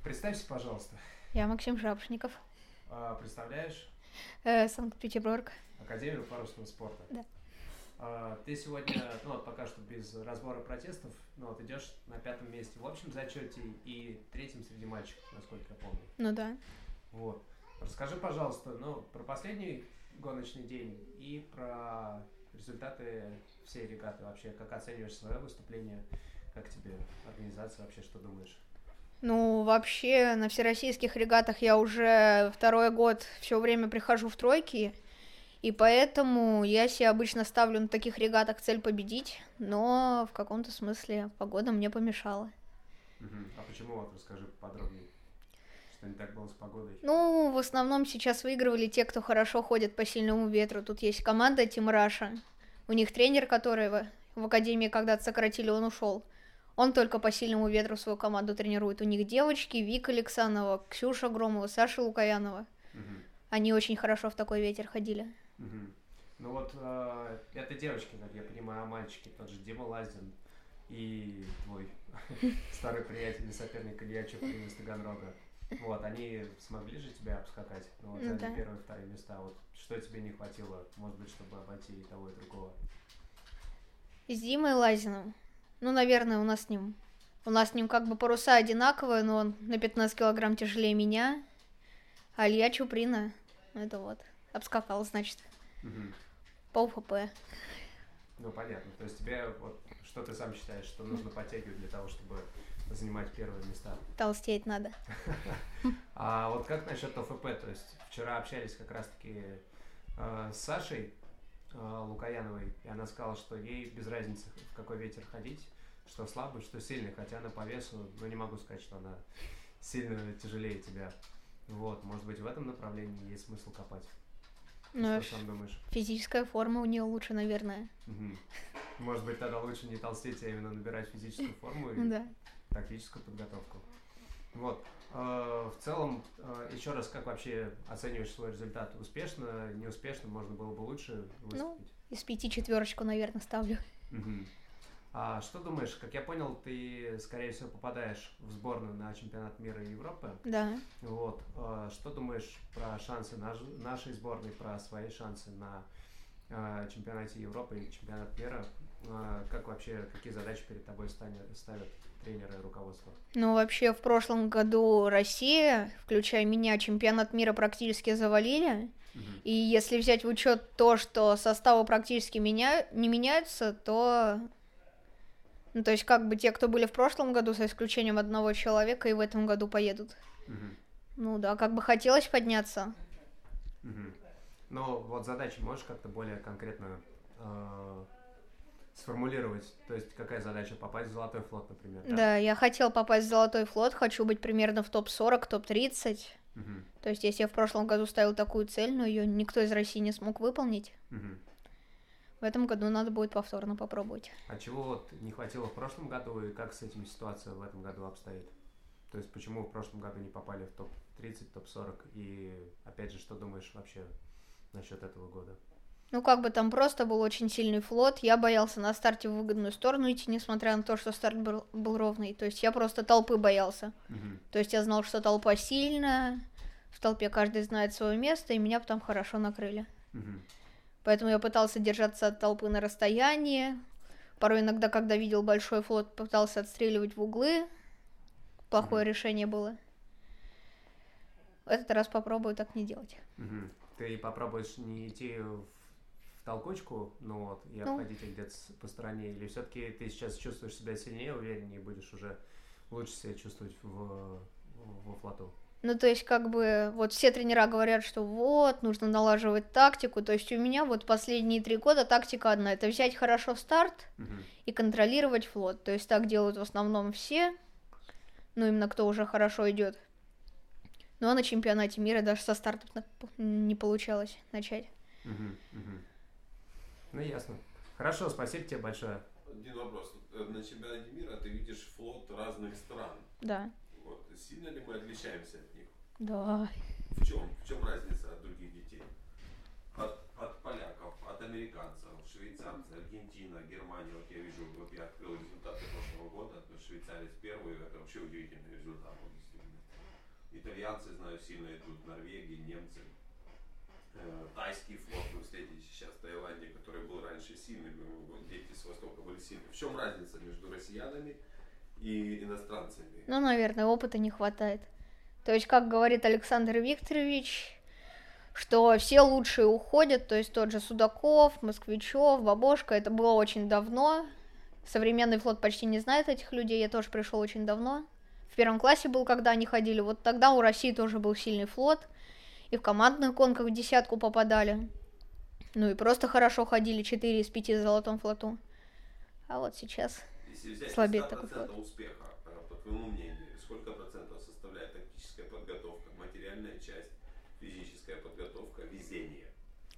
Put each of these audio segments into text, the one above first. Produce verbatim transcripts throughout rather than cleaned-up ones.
Представься, пожалуйста. Я Максим Шапошников, А, Представляешь э, Санкт-Петербург. Академию парусного спорта. Да. А, Ты сегодня, ну вот пока что без разбора протестов, ну вот идешь на пятом месте в общем зачете и третьем среди мальчиков, насколько я помню. Ну да. Вот. Расскажи, пожалуйста, ну, про последний гоночный день и про результаты всей регаты вообще. Как оцениваешь свое выступление? Как тебе организация вообще, что думаешь? Ну, вообще, на всероссийских регатах я уже второй год все время прихожу в тройки, и поэтому я себе обычно ставлю на таких регатах цель победить, но в каком-то смысле погода мне помешала. Мгм. А почему? Вот расскажи поподробнее. Что не так было с погодой? Ну, в основном сейчас выигрывали те, кто хорошо ходит по сильному ветру. Тут есть команда Team Russia. У них тренер, который в, в академии когда-то сократили, он ушел. Он только по сильному ветру свою команду тренирует. У них девочки: Вика Александрова, Ксюша Громова, Саша Лукаянова. Мгм. Они очень хорошо в такой ветер ходили. Мгм. Ну вот э, это девочки, как я понимаю, а мальчики, тот же Дима Лазин и твой старый приятель и соперник Илья Чуприн из Таганрога. Вот, они смогли же тебя обскакать, ну вот Ну заняли да. первые и вторые места. Вот что тебе не хватило, может быть, чтобы обойти и того, и другого? С Димой Лазиным. Ну, наверное, у нас с ним. У нас с ним как бы паруса одинаковые, но он на пятнадцать килограмм тяжелее меня. А Илья Чуприна, это вот, обскакал, значит, Мгм. по УФП. Ну понятно, то есть тебе вот что ты сам считаешь, что нужно подтягивать для того, чтобы занимать первые места? Толстеть надо. А вот как насчет ОФП? То есть вчера общались как раз-таки э, с Сашей э, Лукаяновой, и она сказала, что ей без разницы, в какой ветер ходить, что слабый, что сильный, хотя она по весу, ну не могу сказать, что она сильно тяжелее тебя. Вот, может быть, в этом направлении есть смысл копать. Ты Ну, что сам думаешь? физическая форма у нее лучше, наверное. Мгм. Может быть, тогда лучше не толстеть, а именно набирать физическую форму и Да. тактическую подготовку. Вот. Э, В целом, э, еще раз, как вообще оцениваешь свой результат? Успешно, неуспешно, можно было бы лучше Ну, выступить? из пяти четверочку, наверное, ставлю. Мгм. А что думаешь, как я понял, ты, скорее всего, попадаешь в сборную на чемпионат мира и Европы. Да. Вот. э, Что думаешь про шансы наш- нашей сборной, про свои шансы на э, чемпионате Европы и чемпионат мира? Э, Как вообще, какие задачи перед тобой станет- ставят тренеры и руководство? Ну, вообще, в прошлом году Россия, включая меня, чемпионат мира практически завалили. Мгм. И если взять в учет то, что составы практически меня... не меняются, то... Ну, то есть, как бы те, кто были в прошлом году, за исключением одного человека, и в этом году поедут. Мгм. Ну да, как бы хотелось подняться. Мгм. Но вот задачи можешь как-то более конкретно э, сформулировать? То есть какая задача? Попасть в Золотой флот, например, да? Да, я хотел попасть в Золотой флот, хочу быть примерно в топ сорок, топ тридцать. Мгм. То есть, если я в прошлом году ставил такую цель, но ее никто из России не смог выполнить, Мгм. в этом году надо будет повторно попробовать. А чего вот не хватило в прошлом году и как с этим ситуация в этом году обстоит? То есть почему в прошлом году не попали в топ тридцать, топ сорок? И опять же, что думаешь вообще насчет этого года? Ну, как бы там просто был очень сильный флот, я боялся на старте в выгодную сторону идти, несмотря на то, что старт был, был ровный. То есть я просто толпы боялся. Мгм. То есть я знал, что толпа сильная, в толпе каждый знает свое место, и меня потом хорошо накрыли. Мгм. Поэтому я пытался держаться от толпы на расстоянии. Порой иногда, когда видел большой флот, пытался отстреливать в углы. Плохое Мгм. решение было. В этот раз попробую так не делать. Мгм. Ты попробуешь не идти в, в толкучку, ну вот, и Ну, обходить их где-то с- по стороне, или все-таки ты сейчас чувствуешь себя сильнее, увереннее, и будешь уже лучше себя чувствовать в, во флоту? ну, то есть, как бы, вот все тренера говорят, что вот, нужно налаживать тактику. То есть у меня вот последние три года тактика одна. Это взять хорошо старт Мгм. и контролировать флот. То есть так делают в основном все, ну, именно кто уже хорошо идет. Ну, а на чемпионате мира даже со стартов не получалось начать. Мгм. Мгм. Ну, ясно. Хорошо, спасибо тебе большое. Один вопрос. На чемпионате мира ты видишь флот разных стран. Да. Вот. Сильно ли мы отличаемся от них? Да. В чем? В чем разница от других детей? От, от поляков, от американцев, швейцарцев, Аргентина, Германия. Вот я вижу, вот я открыл результаты прошлого года, то Швейцарец первый, это вообще удивительный результат. Вот, действительно. Итальянцы, знаю, сильно идут, Норвегия, немцы. Э, Тайский флот вы встретите сейчас в Таиланде, который был раньше сильным, вот дети с Востока были сильны. В чем разница между россиянами и иностранцами? Ну, наверное, опыта не хватает. То есть, как говорит Александр Викторович, что все лучшие уходят, то есть тот же Судаков, Москвичев, Бабошко, это было очень давно. Современный флот почти не знает этих людей, я тоже пришел очень давно. В первом классе был, когда они ходили, вот тогда у России тоже был сильный флот, и в командных гонках в десятку попадали. Ну и просто хорошо ходили, четыре из пяти в Золотом флоту. А вот сейчас слабеет такой флот. Успеха, по твоему мнению, сколько процентов составляет тактическая подготовка, материальная часть, физическая подготовка, везение?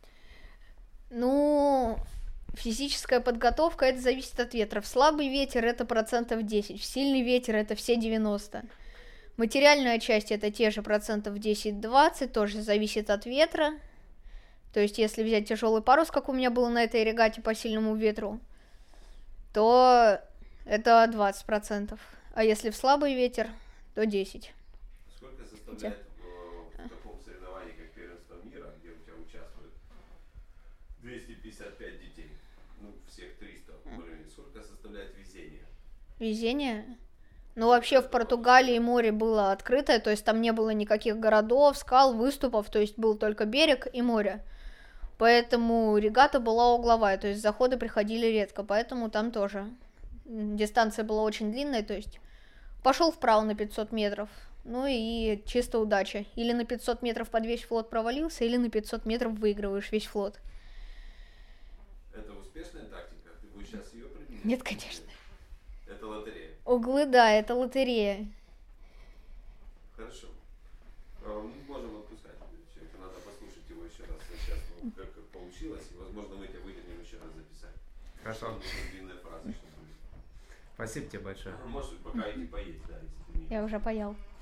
Ну, физическая подготовка, это зависит от ветра. В слабый ветер это процентов десять, в сильный ветер это все девяносто. Материальная часть это те же процентов десять-двадцать, тоже зависит от ветра. То есть, если взять тяжелый парус, как у меня было на этой регате по сильному ветру, то это двадцать процентов. А если в слабый ветер, то десять. Сколько составляет э, в таком соревновании, как первенство мира, где у тебя участвует двести пятьдесят пять детей, ну, всех триста, более-менее, сколько составляет везение? Везение? Ну, вообще в Португалии море было открытое, то есть там не было никаких городов, скал, выступов, то есть был только берег и море. Поэтому регата была угловая, то есть заходы приходили редко, поэтому там тоже дистанция была очень длинная, то есть пошел вправо на пятьсот метров, ну и чисто удача. Или на пятьсот метров под весь флот провалился, или на пятьсот метров выигрываешь весь флот. Это успешная тактика? Ты будешь сейчас ее применять? Нет, конечно. Это лотерея? Углы, да, это лотерея. Хорошо. Мы можем отпускать. Все это надо послушать его еще раз. Сейчас, ну, как, как получилось. И, возможно, мы тебя вытянем еще раз записать. Хорошо. Длинная фраза, чтобы... Спасибо тебе большое. Можешь пока идти поесть, да, если ты не... Я уже поел.